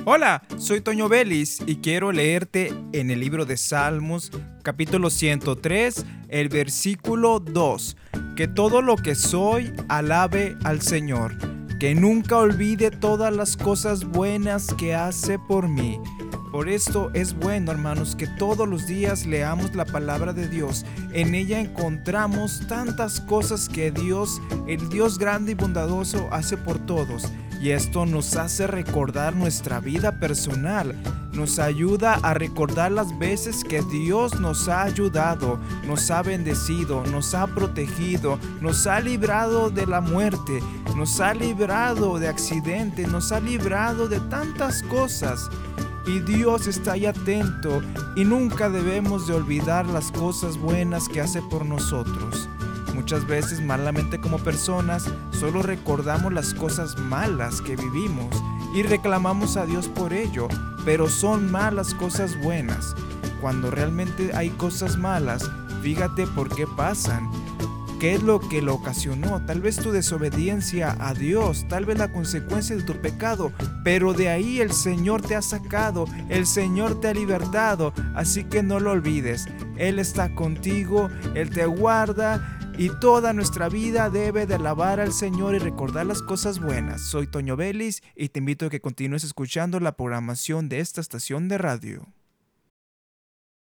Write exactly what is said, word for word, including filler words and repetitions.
Hola, soy Toño Vélez y quiero leerte en el libro de Salmos, capítulo ciento tres, el versículo dos. Que todo lo que soy alabe al Señor, que nunca olvide todas las cosas buenas que hace por mí. Por esto es bueno, hermanos, que todos los días leamos la palabra de Dios. En ella encontramos tantas cosas que Dios, el Dios grande y bondadoso, hace por todos. Y esto nos hace recordar nuestra vida personal. Nos ayuda a recordar las veces que Dios nos ha ayudado, nos ha bendecido, nos ha protegido, nos ha librado de la muerte, nos ha librado de accidentes, nos ha librado de tantas cosas. Y Dios está ahí atento y nunca debemos de olvidar las cosas buenas que hace por nosotros. Muchas veces malamente como personas solo recordamos las cosas malas que vivimos y reclamamos a Dios por ello, pero son malas cosas buenas. Cuando realmente hay cosas malas, fíjate por qué pasan. ¿Qué es lo que lo ocasionó? Tal vez tu desobediencia a Dios, tal vez la consecuencia de tu pecado, pero de ahí el Señor te ha sacado, el Señor te ha libertado, así que no lo olvides. Él está contigo, Él te guarda y toda nuestra vida debe de alabar al Señor y recordar las cosas buenas. Soy Toño Vélez y te invito a que continúes escuchando la programación de esta estación de radio.